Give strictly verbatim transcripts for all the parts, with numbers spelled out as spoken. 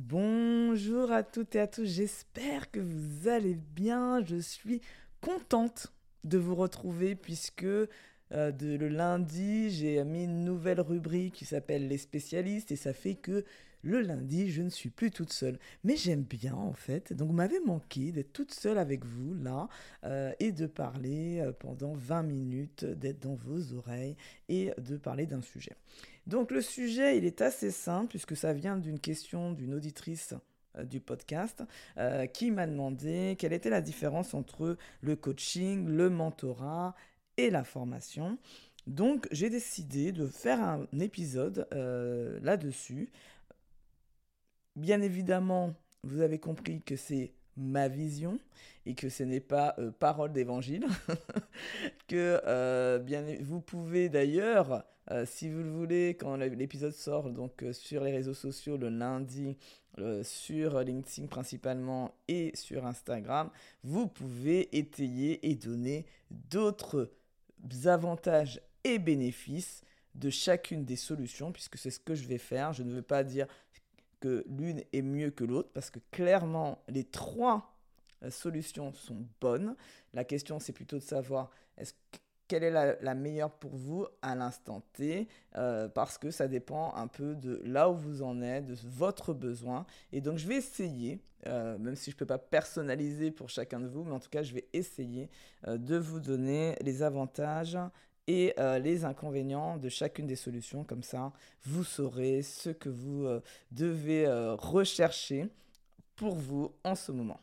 Bonjour à toutes et à tous, j'espère que vous allez bien. Je suis contente de vous retrouver puisque euh, de, le lundi, j'ai mis une nouvelle rubrique qui s'appelle Les spécialistes et ça fait que le lundi, je ne suis plus toute seule. Mais j'aime bien en fait, donc vous m'avez manqué d'être toute seule avec vous là euh, et de parler euh, pendant vingt minutes, d'être dans vos oreilles et de parler d'un sujet. Donc le sujet, il est assez simple puisque ça vient d'une question d'une auditrice euh, du podcast euh, qui m'a demandé quelle était la différence entre le coaching, le mentorat et la formation. Donc j'ai décidé de faire un épisode euh, là-dessus. Bien évidemment, vous avez compris que c'est ma vision et que ce n'est pas euh, parole d'évangile. que euh, bien, vous pouvez d'ailleurs, euh, si vous le voulez, quand l'épisode sort donc euh, sur les réseaux sociaux le lundi, euh, sur LinkedIn principalement et sur Instagram, vous pouvez étayer et donner d'autres avantages et bénéfices de chacune des solutions, puisque c'est ce que je vais faire. Je ne veux pas dire que l'une est mieux que l'autre, parce que clairement, les trois euh, solutions sont bonnes. La question, c'est plutôt de savoir est-ce que, quelle est la, la meilleure pour vous à l'instant T, euh, parce que ça dépend un peu de là où vous en êtes, de votre besoin. Et donc, je vais essayer, euh, même si je ne peux pas personnaliser pour chacun de vous, mais en tout cas, je vais essayer euh, de vous donner les avantages et euh, les inconvénients de chacune des solutions. Comme ça, vous saurez ce que vous euh, devez euh, rechercher pour vous en ce moment.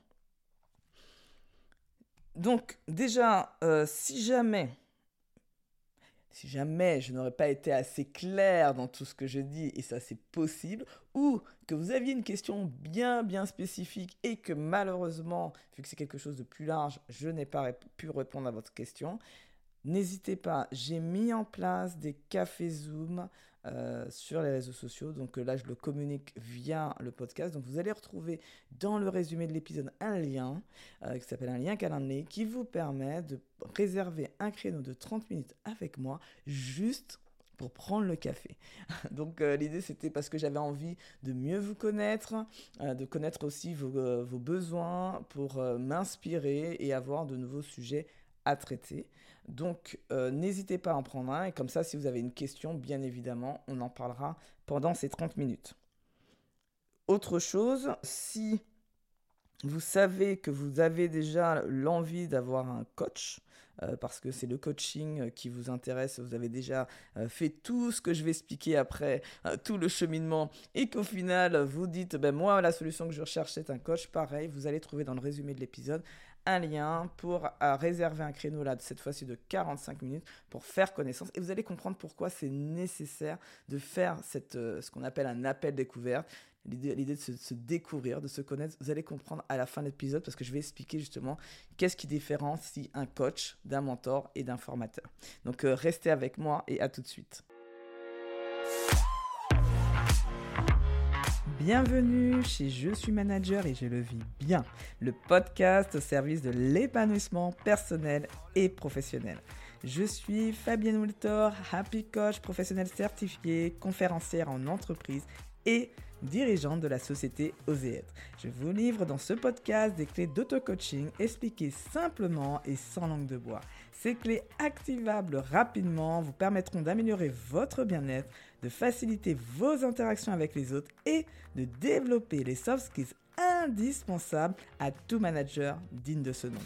Donc déjà, euh, si jamais, si jamais je n'aurais pas été assez clair dans tout ce que je dis, et ça c'est possible, ou que vous aviez une question bien bien spécifique et que malheureusement, vu que c'est quelque chose de plus large, je n'ai pas rép- pu répondre à votre question, n'hésitez pas, j'ai mis en place des cafés Zoom euh, sur les réseaux sociaux. Donc euh, là, je le communique via le podcast. Donc vous allez retrouver dans le résumé de l'épisode un lien euh, qui s'appelle un lien Calendly qui vous permet de réserver un créneau de trente minutes avec moi juste pour prendre le café. Donc euh, l'idée c'était parce que j'avais envie de mieux vous connaître, euh, de connaître aussi vos, euh, vos besoins pour euh, m'inspirer et avoir de nouveaux sujets à traiter. Donc, euh, n'hésitez pas à en prendre un. Et comme ça, si vous avez une question, bien évidemment, on en parlera pendant ces trente minutes. Autre chose, si vous savez que vous avez déjà l'envie d'avoir un coach, euh, parce que c'est le coaching qui vous intéresse, vous avez déjà euh, fait tout ce que je vais expliquer après, euh, tout le cheminement, et qu'au final, vous dites, ben moi, la solution que je recherche, c'est un coach, pareil, vous allez trouver dans le résumé de l'épisode un lien pour euh, réserver un créneau là, cette fois-ci de quarante-cinq minutes, pour faire connaissance, et vous allez comprendre pourquoi c'est nécessaire de faire cette, euh, ce qu'on appelle un appel découverte. L'idée, l'idée de se, se découvrir, de se connaître, vous allez comprendre à la fin de l'épisode parce que je vais expliquer justement qu'est-ce qui différencie un coach d'un mentor et d'un formateur. Donc euh, restez avec moi et à tout de suite. Bienvenue chez Je suis manager et je le vis bien, le podcast au service de l'épanouissement personnel et professionnel. Je suis Fabienne Wiltor, Happy Coach professionnel certifié, conférencière en entreprise et dirigeante de la société Oser Être. Je vous livre dans ce podcast des clés d'auto-coaching expliquées simplement et sans langue de bois. Ces clés activables rapidement vous permettront d'améliorer votre bien-être, de faciliter vos interactions avec les autres et de développer les soft skills indispensables à tout manager digne de ce nom.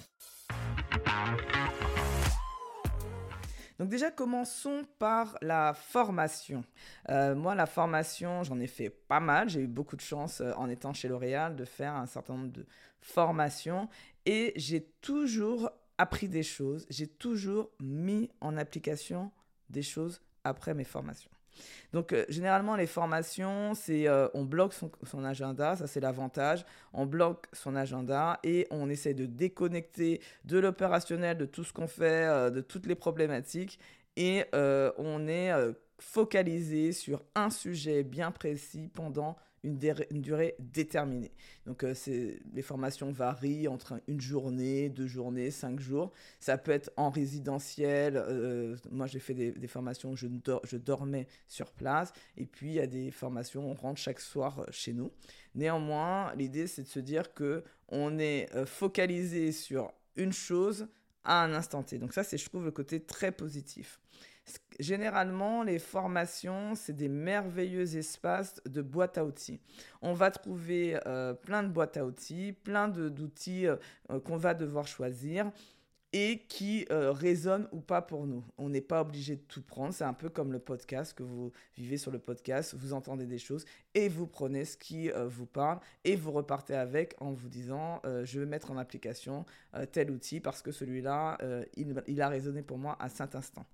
Donc déjà, commençons par la formation. Euh, moi, la formation, j'en ai fait pas mal. J'ai eu beaucoup de chance euh, en étant chez L'Oréal de faire un certain nombre de formations et j'ai toujours appris des choses. J'ai toujours mis en application des choses après mes formations. Donc, euh, généralement, les formations, c'est euh, on bloque son, son agenda, ça c'est l'avantage. On bloque son agenda et on essaie de déconnecter de l'opérationnel, de tout ce qu'on fait, euh, de toutes les problématiques. Et euh, on est euh, focalisé sur un sujet bien précis pendant une, dé- une durée déterminée. Donc, euh, c'est, les formations varient entre une journée, deux journées, cinq jours. Ça peut être en résidentiel. Euh, moi, j'ai fait des, des formations où je, dor- je dormais sur place. Et puis, il y a des formations où on rentre chaque soir euh, chez nous. Néanmoins, l'idée, c'est de se dire qu'on est euh, focalisé sur une chose à un instant T. Donc ça, c'est, je trouve, le côté très positif. Généralement, les formations, c'est des merveilleux espaces de boîtes à outils. On va trouver euh, plein de boîtes à outils, plein de, d'outils euh, qu'on va devoir choisir et qui euh, résonnent ou pas pour nous. On n'est pas obligé de tout prendre. C'est un peu comme le podcast, que vous vivez sur le podcast, vous entendez des choses et vous prenez ce qui euh, vous parle et vous repartez avec en vous disant euh, je vais mettre en application euh, tel outil parce que celui-là, euh, il, il a résonné pour moi à cet instant.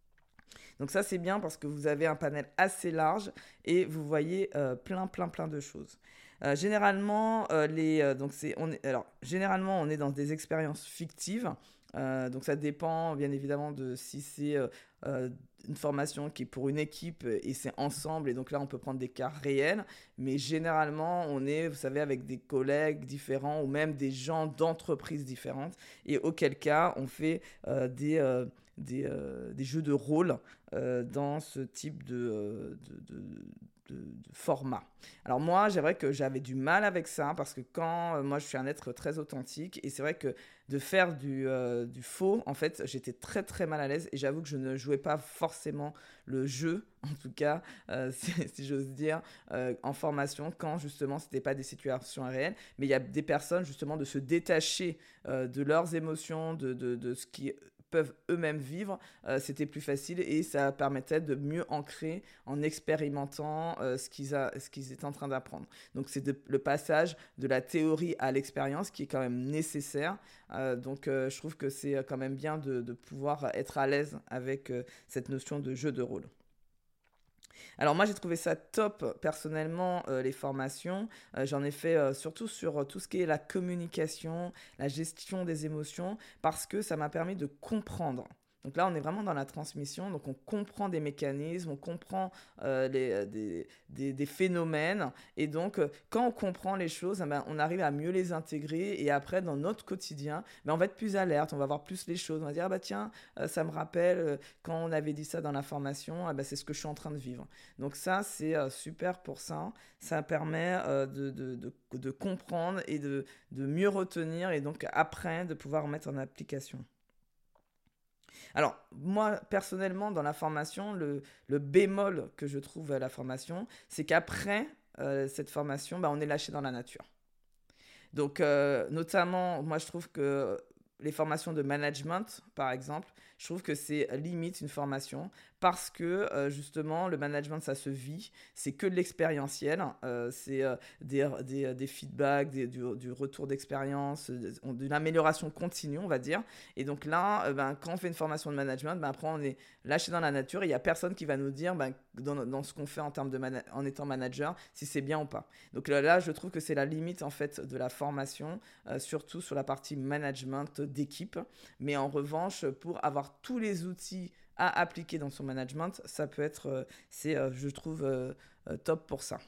Donc ça, c'est bien parce que vous avez un panel assez large et vous voyez euh, plein, plein, plein de choses. Euh, généralement, euh, les, euh, donc c'est, on est, alors, généralement, on est dans des expériences fictives. Euh, donc ça dépend bien évidemment de si c'est euh, euh, une formation qui est pour une équipe et c'est ensemble. Et donc là, on peut prendre des cas réels. Mais généralement, on est, vous savez, avec des collègues différents ou même des gens d'entreprises différentes. Et auquel cas, on fait euh, des... Euh, des, euh, des jeux de rôle euh, dans ce type de, euh, de, de, de, de format. Alors moi, c'est vrai que j'avais du mal avec ça parce que quand euh, moi, je suis un être très authentique et c'est vrai que de faire du, euh, du faux, en fait, j'étais très très mal à l'aise et j'avoue que je ne jouais pas forcément le jeu, en tout cas, euh, si, si j'ose dire, euh, en formation quand justement c'était pas des situations réelles, mais il y a des personnes justement de se détacher euh, de leurs émotions, de, de, de ce qui peuvent eux-mêmes vivre, euh, c'était plus facile et ça permettait de mieux ancrer en expérimentant euh, ce, qu'ils a, ce qu'ils étaient en train d'apprendre. Donc c'est de, le passage de la théorie à l'expérience qui est quand même nécessaire. Euh, donc euh, je trouve que c'est quand même bien de, de pouvoir être à l'aise avec euh, cette notion de jeu de rôle. Alors moi j'ai trouvé ça top personnellement euh, les formations. Euh, j'en ai fait euh, surtout sur euh, tout ce qui est la communication, la gestion des émotions parce que ça m'a permis de comprendre. Donc là, on est vraiment dans la transmission, donc on comprend des mécanismes, on comprend euh, les, euh, des, des, des phénomènes, et donc euh, quand on comprend les choses, eh ben, on arrive à mieux les intégrer, et après, dans notre quotidien, ben, on va être plus alerte, on va voir plus les choses, on va dire, ah bah tiens, euh, ça me rappelle, euh, quand on avait dit ça dans la formation, eh ben, c'est ce que je suis en train de vivre. Donc ça, c'est euh, super pour ça, ça permet euh, de, de, de, de comprendre et de, de mieux retenir, et donc après, de pouvoir mettre en application. Alors, moi, personnellement, dans la formation, le, le bémol que je trouve à la formation, c'est qu'après euh, cette formation, bah, on est lâché dans la nature. Donc, euh, notamment, moi, je trouve que les formations de management, par exemple, je trouve que c'est limite une formation parce que, euh, justement, le management, ça se vit. C'est que de l'expérientiel. Euh, c'est euh, des, des, des feedbacks, des, du, du retour d'expérience, d'une amélioration continue, on va dire. Et donc là, euh, ben, quand on fait une formation de management, ben, après, on est lâché dans la nature et il n'y a personne qui va nous dire, ben, dans, dans ce qu'on fait en, termes de mana- en étant manager, si c'est bien ou pas. Donc là, là, je trouve que c'est la limite, en fait, de la formation, euh, surtout sur la partie management d'équipe. Mais en revanche, pour avoir tous les outils à appliquer dans son management, ça peut être, euh, c'est, euh, je trouve, euh, euh, top pour ça.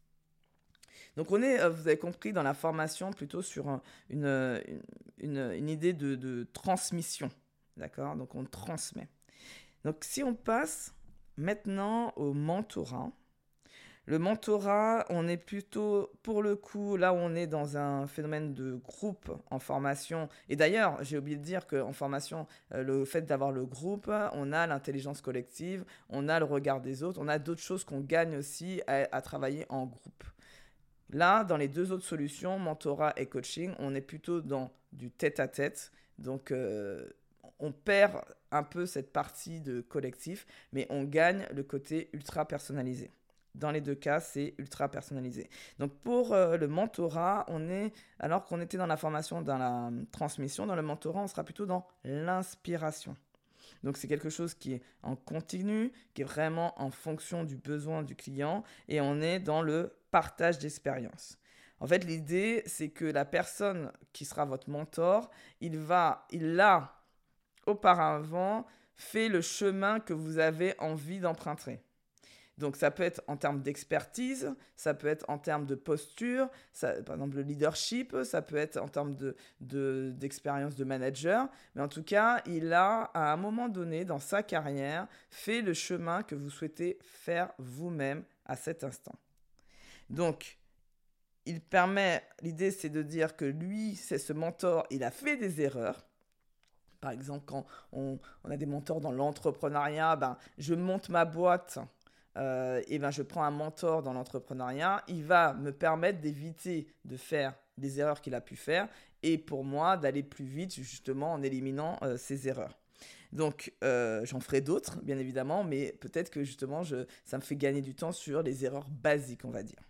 Donc on est, euh, vous avez compris, dans la formation plutôt sur un- une, euh, une, une- une idée de, de transmission. D'accord? Donc on transmet. Donc si on passe maintenant au mentorat, le mentorat, on est plutôt, pour le coup, là où on est dans un phénomène de groupe en formation. Et d'ailleurs, j'ai oublié de dire qu'en formation, euh, le fait d'avoir le groupe, on a l'intelligence collective, on a le regard des autres, on a d'autres choses qu'on gagne aussi à, à travailler en groupe. Là, dans les deux autres solutions, mentorat et coaching, on est plutôt dans du tête-à-tête. Donc, euh, on perd un peu cette partie de collectif, mais on gagne le côté ultra personnalisé. Dans les deux cas, c'est ultra personnalisé. Donc pour euh, le mentorat, on est, alors qu'on était dans la formation, dans la transmission, dans le mentorat, on sera plutôt dans l'inspiration. Donc c'est quelque chose qui est en continu, qui est vraiment en fonction du besoin du client, et on est dans le partage d'expérience. En fait, l'idée, c'est que la personne qui sera votre mentor, il va, il a auparavant fait le chemin que vous avez envie d'emprunter. Donc, ça peut être en termes d'expertise, ça peut être en termes de posture, ça, par exemple, le leadership, ça peut être en termes de, de, d'expérience de manager. Mais en tout cas, il a, à un moment donné, dans sa carrière, fait le chemin que vous souhaitez faire vous-même à cet instant. Donc, il permet, l'idée, c'est de dire que lui, c'est ce mentor, il a fait des erreurs. Par exemple, quand on, on a des mentors dans l'entrepreneuriat, ben, je monte ma boîte, euh, et ben, je prends un mentor dans l'entrepreneuriat, il va me permettre d'éviter de faire des erreurs qu'il a pu faire et pour moi d'aller plus vite justement en éliminant euh, ces erreurs. Donc, euh, j'en ferai d'autres, bien évidemment, mais peut-être que justement, je, ça me fait gagner du temps sur les erreurs basiques, on va dire.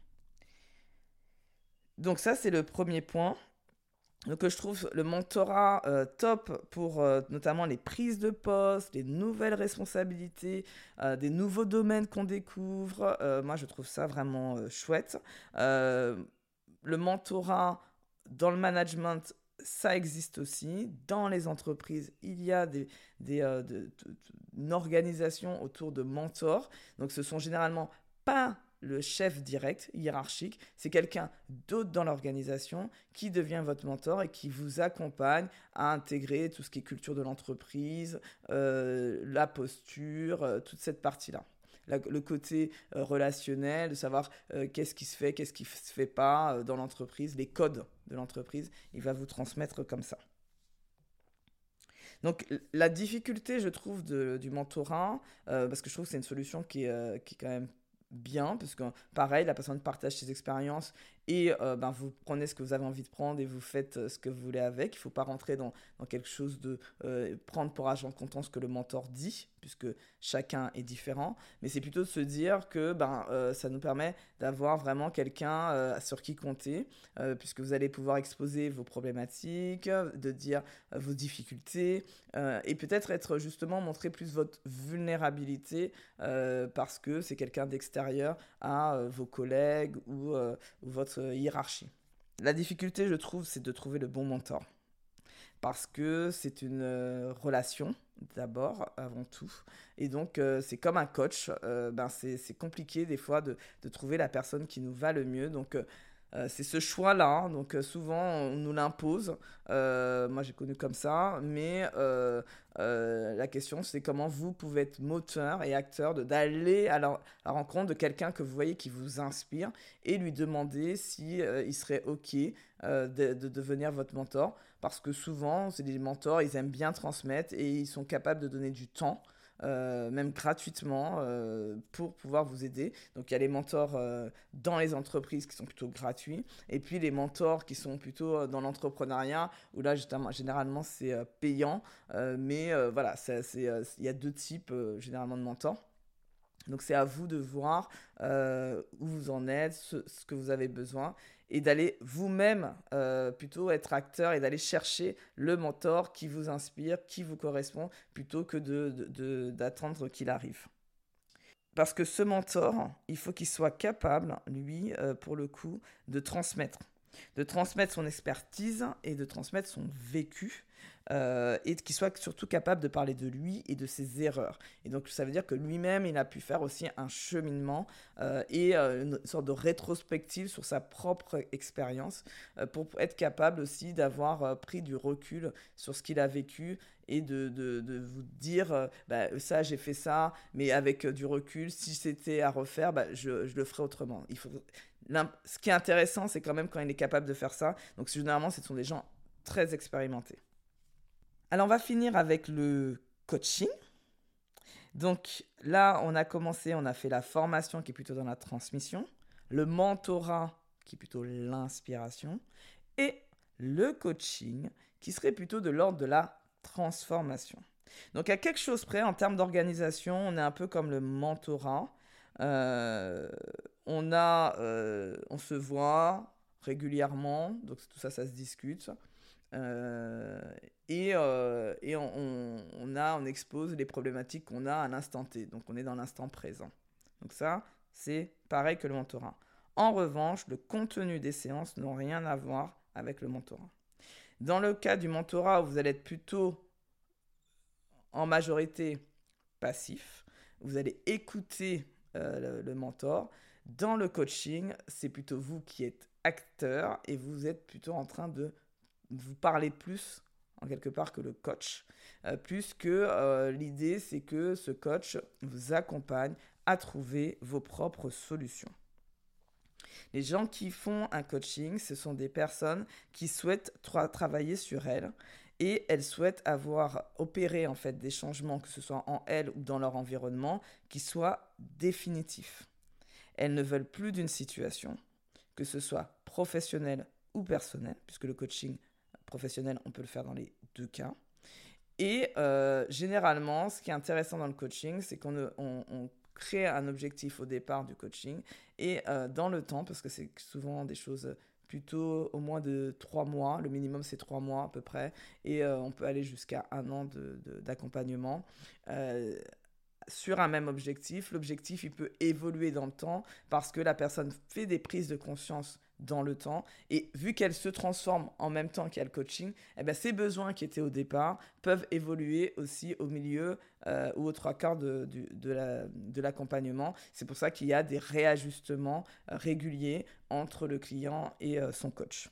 Donc ça, c'est le premier point. Donc, je trouve le mentorat euh, top pour euh, notamment les prises de poste, les nouvelles responsabilités, euh, des nouveaux domaines qu'on découvre. Euh, moi, je trouve ça vraiment euh, chouette. Euh, le mentorat dans le management, ça existe aussi. Dans les entreprises, il y a des, des, euh, de, de, de, une organisation autour de mentors. Donc, ce sont généralement pas le chef direct, hiérarchique, c'est quelqu'un d'autre dans l'organisation qui devient votre mentor et qui vous accompagne à intégrer tout ce qui est culture de l'entreprise, euh, la posture, euh, toute cette partie-là. La, le côté euh, relationnel, de savoir euh, qu'est-ce qui se fait, qu'est-ce qui ne se fait pas euh, dans l'entreprise, les codes de l'entreprise, il va vous transmettre comme ça. Donc la difficulté, je trouve, de, du mentorat, euh, parce que je trouve que c'est une solution qui est, euh, qui est quand même bien, parce que pareil, la personne partage ses expériences et euh, ben, vous prenez ce que vous avez envie de prendre et vous faites euh, ce que vous voulez avec. Il ne faut pas rentrer dans, dans quelque chose de euh, prendre pour argent comptant ce que le mentor dit, puisque chacun est différent, mais c'est plutôt de se dire que ben, euh, ça nous permet d'avoir vraiment quelqu'un euh, sur qui compter, euh, puisque vous allez pouvoir exposer vos problématiques, de dire euh, vos difficultés, euh, et peut-être être justement montrer plus votre vulnérabilité, euh, parce que c'est quelqu'un d'extérieur à euh, vos collègues ou, euh, ou votre hiérarchie. La difficulté, je trouve, c'est de trouver le bon mentor. Parce que c'est une euh, relation, d'abord, avant tout. Et donc, euh, c'est comme un coach. Euh, ben, c'est, c'est compliqué, des fois, de, de trouver la personne qui nous va le mieux. Donc, euh, euh, c'est ce choix-là. Hein. Donc, euh, souvent, on nous l'impose. Euh, moi, j'ai connu comme ça. Mais euh, euh, la question, c'est comment vous pouvez être moteur et acteur de, d'aller à la, à la rencontre de quelqu'un que vous voyez qui vous inspire et lui demander si euh, il serait OK euh, de, de devenir votre mentor. Parce que souvent, c'est des mentors, ils aiment bien transmettre et ils sont capables de donner du temps, euh, même gratuitement, euh, pour pouvoir vous aider. Donc, il y a les mentors euh, dans les entreprises qui sont plutôt gratuits, et puis les mentors qui sont plutôt dans l'entrepreneuriat, où là, justement, généralement, c'est euh, payant. Euh, mais euh, voilà, c'est, c'est, euh, il y a deux types, euh, généralement, de mentors. Donc, c'est à vous de voir euh, où vous en êtes, ce, ce que vous avez besoin, et d'aller vous-même euh, plutôt être acteur et d'aller chercher le mentor qui vous inspire, qui vous correspond, plutôt que de, de, de, d'attendre qu'il arrive. Parce que ce mentor, il faut qu'il soit capable, lui, euh, pour le coup, de transmettre. De transmettre son expertise et de transmettre son vécu. Euh, et qu'il soit surtout capable de parler de lui et de ses erreurs. Et donc, ça veut dire que lui-même, il a pu faire aussi un cheminement euh, et euh, une sorte de rétrospective sur sa propre expérience euh, pour être capable aussi d'avoir euh, pris du recul sur ce qu'il a vécu et de, de, de vous dire euh, bah, ça, j'ai fait ça, mais avec euh, du recul, si c'était à refaire, bah, je, je le ferais autrement. Il faut... Ce qui est intéressant, c'est quand même quand il est capable de faire ça. Donc, généralement, ce sont des gens très expérimentés. Alors, on va finir avec le coaching. Donc là, on a commencé, on a fait la formation qui est plutôt dans la transmission, le mentorat qui est plutôt l'inspiration, et le coaching qui serait plutôt de l'ordre de la transformation. Donc à quelque chose près, en termes d'organisation, on est un peu comme le mentorat. Euh, on, a, euh, on se voit régulièrement, donc tout ça, ça se discute. Euh, et euh, et on, on, on, a, on expose les problématiques qu'on a à l'instant T. Donc on est dans l'instant présent. Donc ça, c'est pareil que le mentorat. En revanche, le contenu des séances n'a rien à voir avec le mentorat. Dans le cas du mentorat, où vous allez être plutôt en majorité passif, vous allez écouter euh, le, le mentor. Dans le coaching, c'est plutôt vous qui êtes acteur et vous êtes plutôt en train de vous parler plus en quelque part que le coach, euh, plus que euh, l'idée c'est que ce coach vous accompagne à trouver vos propres solutions. Les gens qui font un coaching, ce sont des personnes qui souhaitent tra- travailler sur elles et elles souhaitent avoir opéré en fait des changements, que ce soit en elles ou dans leur environnement, qui soient définitifs. Elles ne veulent plus d'une situation, que ce soit professionnelle ou personnelle, puisque le coaching professionnel, on peut le faire dans les deux cas. Et euh, généralement, ce qui est intéressant dans le coaching, c'est qu'on on, on crée un objectif au départ du coaching et euh, dans le temps, parce que c'est souvent des choses plutôt au moins de trois mois, le minimum c'est trois mois à peu près, et euh, on peut aller jusqu'à un an de, de, d'accompagnement. Euh, sur un même objectif, l'objectif il peut évoluer dans le temps parce que la personne fait des prises de conscience dans le temps et vu qu'elle se transforme en même temps qu'il y a le coaching, eh bien, ses besoins qui étaient au départ peuvent évoluer aussi au milieu euh, ou aux trois quarts de, de, de, la, de l'accompagnement. C'est pour ça qu'il y a des réajustements euh, réguliers entre le client et euh, son coach.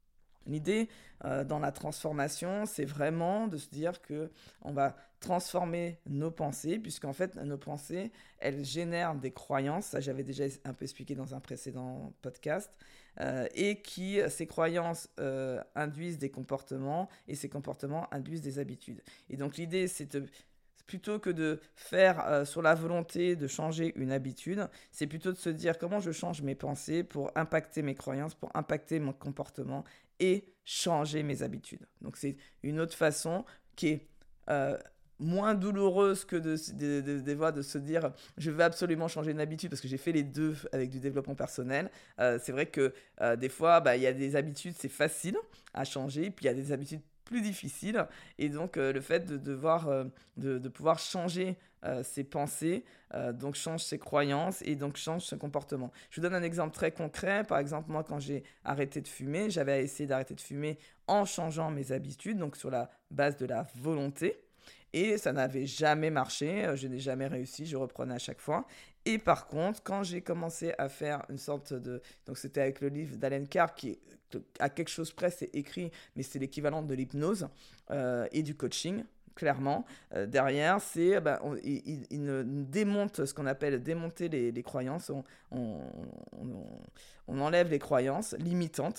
L'idée euh, dans la transformation, c'est vraiment de se dire qu'on va transformer nos pensées, puisqu'en fait, nos pensées, elles génèrent des croyances, ça j'avais déjà un peu expliqué dans un précédent podcast, euh, et qui, ces croyances euh, induisent des comportements, et ces comportements induisent des habitudes. Et donc l'idée, c'est de... Plutôt que de faire euh, sur la volonté de changer une habitude, c'est plutôt de se dire comment je change mes pensées pour impacter mes croyances, pour impacter mon comportement et changer mes habitudes. Donc c'est une autre façon qui est euh, moins douloureuse que de, de, de, de, de, de se dire je veux absolument changer une habitude parce que j'ai fait les deux avec du développement personnel. Euh, c'est vrai que euh, des fois, bah, y a des habitudes, c'est facile à changer, puis il y a des habitudes plus difficile et donc euh, le fait de devoir euh, de, de pouvoir changer euh, ses pensées euh, donc change ses croyances et donc change son comportement. Je vous donne un exemple très concret. Par exemple, moi quand j'ai arrêté de fumer, j'avais essayé d'arrêter de fumer en changeant mes habitudes, donc sur la base de la volonté. Et ça n'avait jamais marché, je n'ai jamais réussi, je reprenais à chaque fois. Et par contre, quand j'ai commencé à faire une sorte de... Donc c'était avec le livre d'Allen Carr qui est à quelque chose près, c'est écrit, mais c'est l'équivalent de l'hypnose euh, et du coaching, clairement. Euh, derrière, c'est, ben, on, il, il démonte ce qu'on appelle démonter les, les croyances. On, on, on, on enlève les croyances limitantes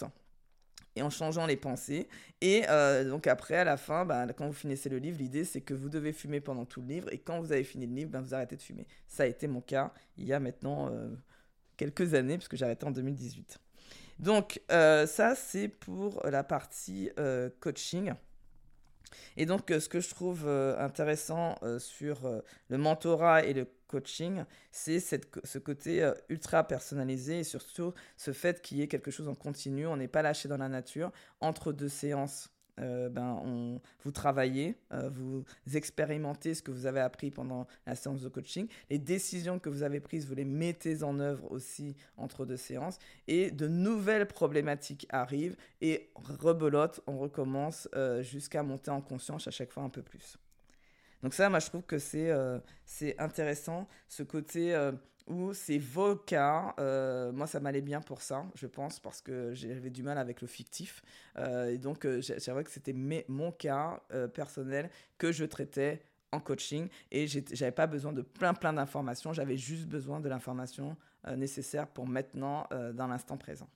et en changeant les pensées. Et euh, donc après, à la fin, bah, quand vous finissez le livre, l'idée, c'est que vous devez fumer pendant tout le livre. Et quand vous avez fini le livre, bah, vous arrêtez de fumer. Ça a été mon cas il y a maintenant euh, quelques années, puisque j'ai arrêté en deux mille dix-huit. Donc euh, ça, c'est pour la partie euh, coaching. Et donc, euh, ce que je trouve euh, intéressant euh, sur euh, le mentorat et le coaching, c'est cette, ce côté euh, ultra personnalisé et surtout ce fait qu'il y ait quelque chose en continu. On n'est pas lâché dans la nature. Entre deux séances, euh, ben, on, vous travaillez, euh, vous expérimentez ce que vous avez appris pendant la séance de coaching. Les décisions que vous avez prises, vous les mettez en œuvre aussi entre deux séances. Et de nouvelles problématiques arrivent et rebelote, on recommence euh, jusqu'à monter en conscience à chaque fois un peu plus. Donc ça, moi, je trouve que c'est, euh, c'est intéressant, ce côté euh, où c'est vos cas. Euh, moi, ça m'allait bien pour ça, je pense, parce que j'avais du mal avec le fictif. Euh, et donc, euh, c'est vrai que c'était mes, mon cas euh, personnel que je traitais en coaching. Et j'avais pas besoin de plein, plein d'informations. J'avais juste besoin de l'information euh, nécessaire pour maintenant, euh, dans l'instant présent.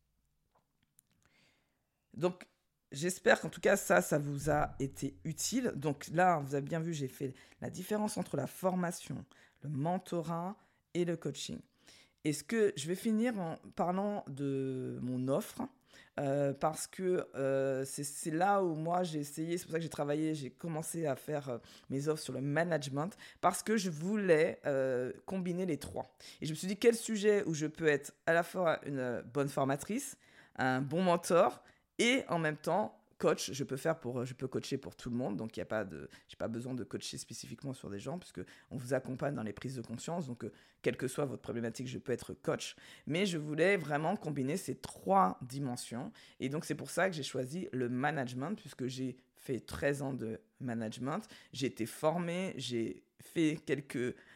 Donc, j'espère qu'en tout cas, ça, ça vous a été utile. Donc là, vous avez bien vu, j'ai fait la différence entre la formation, le mentorat et le coaching. Et ce que je vais finir en parlant de mon offre, euh, parce que euh, c'est, c'est là où moi j'ai essayé, c'est pour ça que j'ai travaillé, j'ai commencé à faire euh, mes offres sur le management, parce que je voulais euh, combiner les trois. Et je me suis dit, quel sujet où je peux être à la fois une bonne formatrice, un bon mentor, et en même temps, coach, je peux faire pour, je peux coacher pour tout le monde. Donc, il y a pas de, j'ai pas besoin de coacher spécifiquement sur des gens, puisque on vous accompagne dans les prises de conscience. Donc, euh, quelle que soit votre problématique, je peux être coach. Mais je voulais vraiment combiner ces trois dimensions. Et donc, c'est pour ça que j'ai choisi le management, puisque j'ai fait treize ans de management. J'ai été formé, j'ai fait quelques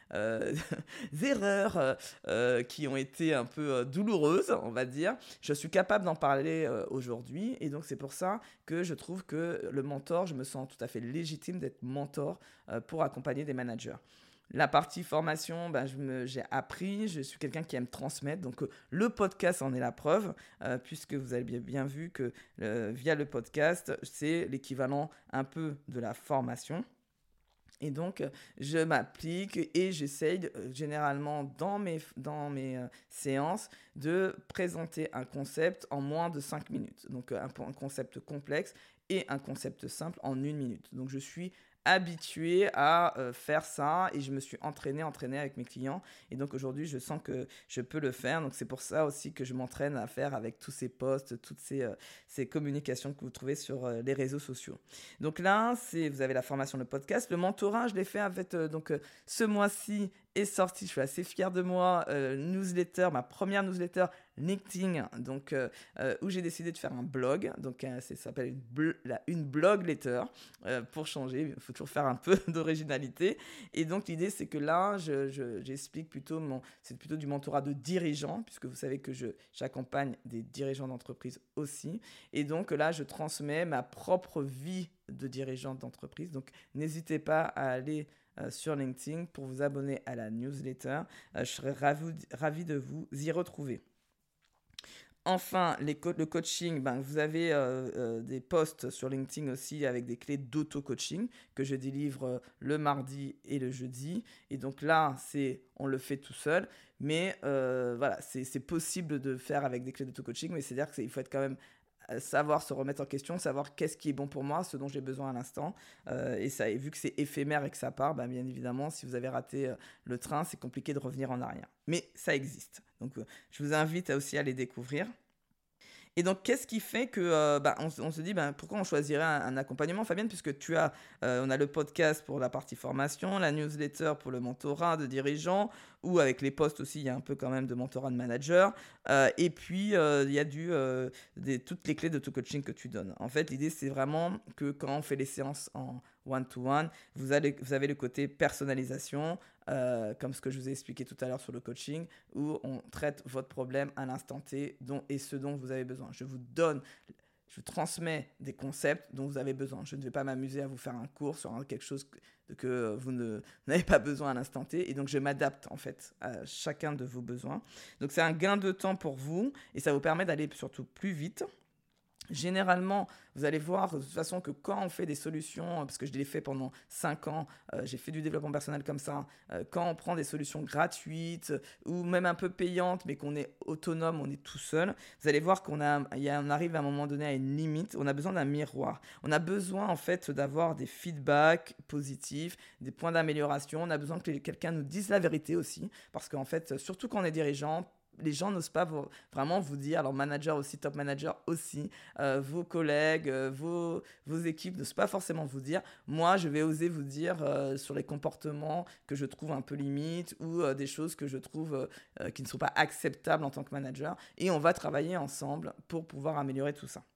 euh, erreurs euh, euh, qui ont été un peu euh, douloureuses, on va dire. Je suis capable d'en parler euh, aujourd'hui et donc c'est pour ça que je trouve que le mentor, je me sens tout à fait légitime d'être mentor euh, pour accompagner des managers. La partie formation, ben, je me, j'ai appris, je suis quelqu'un qui aime transmettre, donc euh, le podcast en est la preuve, euh, puisque vous avez bien, bien vu que euh, via le podcast, c'est l'équivalent un peu de la formation. Et donc, euh, je m'applique et j'essaye euh, généralement dans mes, dans mes euh, séances de présenter un concept en moins de cinq minutes. Donc, euh, un, un concept complexe et un concept simple en une minute. Donc, je suis habitué à euh, faire ça et je me suis entraîné, entraîné avec mes clients. Et donc, aujourd'hui, je sens que je peux le faire. Donc, c'est pour ça aussi que je m'entraîne à faire avec tous ces posts, toutes ces, euh, ces communications que vous trouvez sur euh, les réseaux sociaux. Donc là, c'est, vous avez la formation, le podcast. Le mentorat, je l'ai fait avec, euh, donc, euh, ce mois-ci est sorti, je suis assez fier de moi, euh, newsletter, ma première newsletter LinkedIn, donc, euh, euh, où j'ai décidé de faire un blog. Donc euh, ça s'appelle une, bl- la, une blog letter, euh, pour changer, il faut toujours faire un peu d'originalité. Et donc l'idée, c'est que là, je, je, j'explique plutôt, mon, c'est plutôt du mentorat de dirigeants, puisque vous savez que je, j'accompagne des dirigeants d'entreprise aussi. Et donc là, je transmets ma propre vie de dirigeant d'entreprise. Donc n'hésitez pas à aller Euh, sur LinkedIn pour vous abonner à la newsletter. Euh, je serai ravi, ravi de vous y retrouver. Enfin, les co- le coaching, ben, vous avez euh, euh, des posts sur LinkedIn aussi avec des clés d'auto-coaching que je délivre euh, le mardi et le jeudi. Et donc là, c'est, on le fait tout seul. Mais euh, voilà, c'est, c'est possible de faire avec des clés d'auto-coaching, mais c'est-à-dire qu'il faut être quand même savoir se remettre en question, savoir qu'est-ce qui est bon pour moi, ce dont j'ai besoin à l'instant. Euh, et, ça, et vu que c'est éphémère et que ça part, ben bien évidemment, si vous avez raté euh, le train, c'est compliqué de revenir en arrière. Mais ça existe. Donc, euh, je vous invite aussi à les découvrir. Et donc, qu'est-ce qui fait que euh, bah, on, on se dit bah, pourquoi on choisirait un, un accompagnement, Fabienne, puisque tu as, euh, on a le podcast pour la partie formation, la newsletter pour le mentorat de dirigeants, ou avec les posts aussi, il y a un peu quand même de mentorat de manager, euh, et puis euh, il y a du, euh, des, toutes les clés d'auto-coaching que tu donnes. En fait, l'idée, c'est vraiment que quand on fait les séances en one-to-one, vous, allez, vous avez le côté personnalisation, euh, comme ce que je vous ai expliqué tout à l'heure sur le coaching, où on traite votre problème à l'instant T dont, et ce dont vous avez besoin. Je vous donne, je vous transmets des concepts dont vous avez besoin. Je ne vais pas m'amuser à vous faire un cours sur quelque chose que, que vous ne, n'avez pas besoin à l'instant T. Et donc, je m'adapte en fait à chacun de vos besoins. Donc, c'est un gain de temps pour vous et ça vous permet d'aller surtout plus vite. Généralement, vous allez voir de toute façon que quand on fait des solutions, parce que je l'ai fait pendant cinq ans, euh, j'ai fait du développement personnel comme ça, euh, quand on prend des solutions gratuites ou même un peu payantes, mais qu'on est autonome, on est tout seul, vous allez voir qu'on a, y a, on arrive à un moment donné à une limite, on a besoin d'un miroir. On a besoin en fait d'avoir des feedbacks positifs, des points d'amélioration, on a besoin que quelqu'un nous dise la vérité aussi, parce qu'en fait, surtout quand on est dirigeant, les gens n'osent pas vous, vraiment vous dire, alors manager aussi, top manager aussi, euh, vos collègues, euh, vos, vos équipes n'osent pas forcément vous dire. Moi, je vais oser vous dire euh, sur les comportements que je trouve un peu limites ou euh, des choses que je trouve euh, qui ne sont pas acceptables en tant que manager. Et on va travailler ensemble pour pouvoir améliorer tout ça.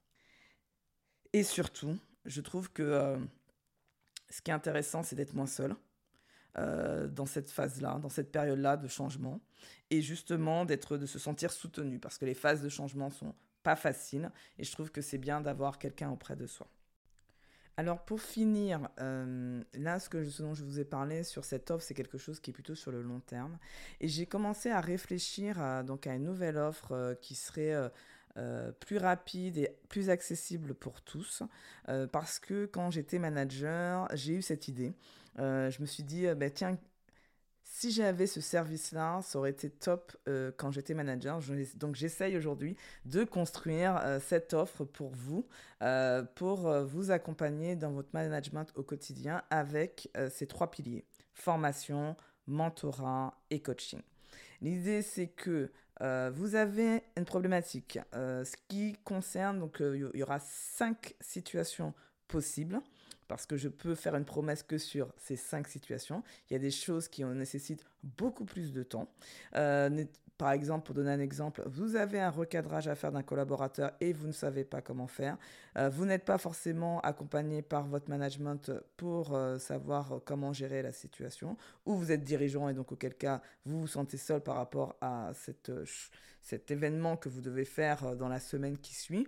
Et surtout, je trouve que euh, ce qui est intéressant, c'est d'être moins seul. Euh, dans cette phase-là, dans cette période-là de changement, et justement d'être, de se sentir soutenu, parce que les phases de changement sont pas faciles, et je trouve que c'est bien d'avoir quelqu'un auprès de soi. Alors pour finir, euh, là ce, que, ce dont je vous ai parlé sur cette offre, c'est quelque chose qui est plutôt sur le long terme, et j'ai commencé à réfléchir à, donc à une nouvelle offre euh, qui serait euh, Euh, plus rapide et plus accessible pour tous, euh, parce que quand j'étais manager, j'ai eu cette idée. Euh, je me suis dit, euh, bah, tiens, si j'avais ce service-là, ça aurait été top euh, quand j'étais manager. Je, donc j'essaye aujourd'hui de construire euh, cette offre pour vous, euh, pour euh, vous accompagner dans votre management au quotidien avec euh, ces trois piliers: formation, mentorat et coaching. L'idée, c'est que euh, vous avez une problématique. Euh, ce qui concerne, donc il euh, y aura cinq situations possibles, parce que je peux faire une promesse que sur ces cinq situations. Il y a des choses qui en nécessitent beaucoup plus de temps. Euh, par exemple, pour donner un exemple, vous avez un recadrage à faire d'un collaborateur et vous ne savez pas comment faire. Euh, vous n'êtes pas forcément accompagné par votre management pour euh, savoir comment gérer la situation, ou vous êtes dirigeant et donc auquel cas vous vous sentez seul par rapport à cette, euh, cet événement que vous devez faire dans la semaine qui suit.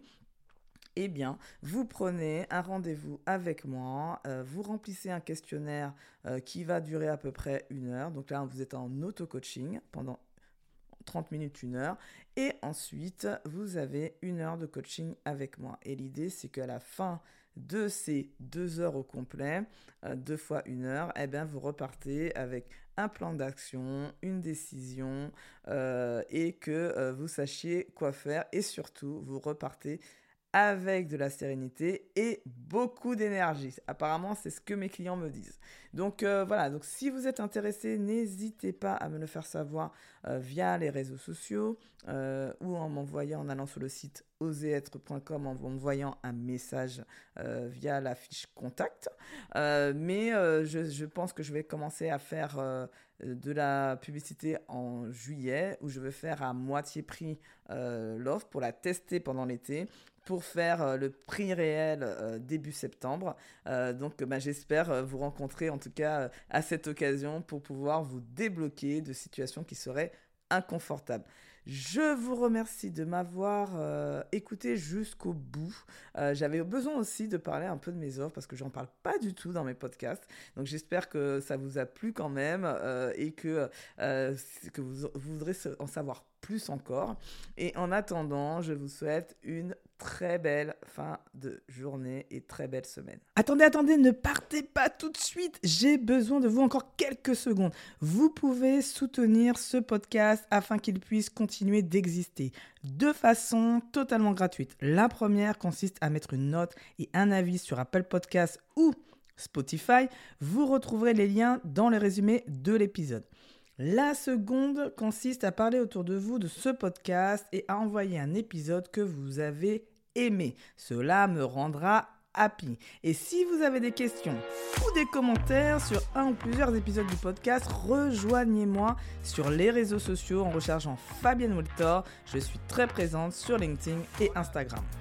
Eh bien, vous prenez un rendez-vous avec moi, euh, vous remplissez un questionnaire euh, qui va durer à peu près une heure. Donc là, vous êtes en auto-coaching pendant trente minutes, une heure. Et ensuite, vous avez une heure de coaching avec moi. Et l'idée, c'est qu'à la fin de ces deux heures au complet, euh, deux fois une heure, eh bien, vous repartez avec un plan d'action, une décision euh, et que euh, vous sachiez quoi faire. Et surtout, vous repartez avec de la sérénité et beaucoup d'énergie. Apparemment, c'est ce que mes clients me disent. Donc euh, voilà, donc si vous êtes intéressé, n'hésitez pas à me le faire savoir euh, via les réseaux sociaux euh, ou en m'envoyant, en allant sur le site oser être point com, en m'envoyant un message euh, via la fiche contact. Euh, mais euh, je, je pense que je vais commencer à faire euh, de la publicité en juillet, où je vais faire à moitié prix euh, l'offre pour la tester pendant l'été, pour faire euh, le prix réel euh, début septembre. Euh, donc bah, j'espère euh, vous rencontrer en tout cas euh, à cette occasion pour pouvoir vous débloquer de situations qui seraient inconfortables. Je vous remercie de m'avoir euh, écouté jusqu'au bout. Euh, j'avais besoin aussi de parler un peu de mes offres parce que j'en parle pas du tout dans mes podcasts. Donc j'espère que ça vous a plu quand même euh, et que, euh, que vous, vous voudrez en savoir plus encore. Et en attendant, je vous souhaite une très belle fin de journée et très belle semaine. Attendez, attendez, ne partez pas tout de suite. J'ai besoin de vous encore quelques secondes. Vous pouvez soutenir ce podcast afin qu'il puisse continuer d'exister de façon totalement gratuite. La première consiste à mettre une note et un avis sur Apple Podcasts ou Spotify. Vous retrouverez les liens dans le résumé de l'épisode. La seconde consiste à parler autour de vous de ce podcast et à envoyer un épisode que vous avez aimé. Cela me rendra happy. Et si vous avez des questions ou des commentaires sur un ou plusieurs épisodes du podcast, rejoignez-moi sur les réseaux sociaux en recherchant Fabienne Woltor. Je suis très présente sur LinkedIn et Instagram.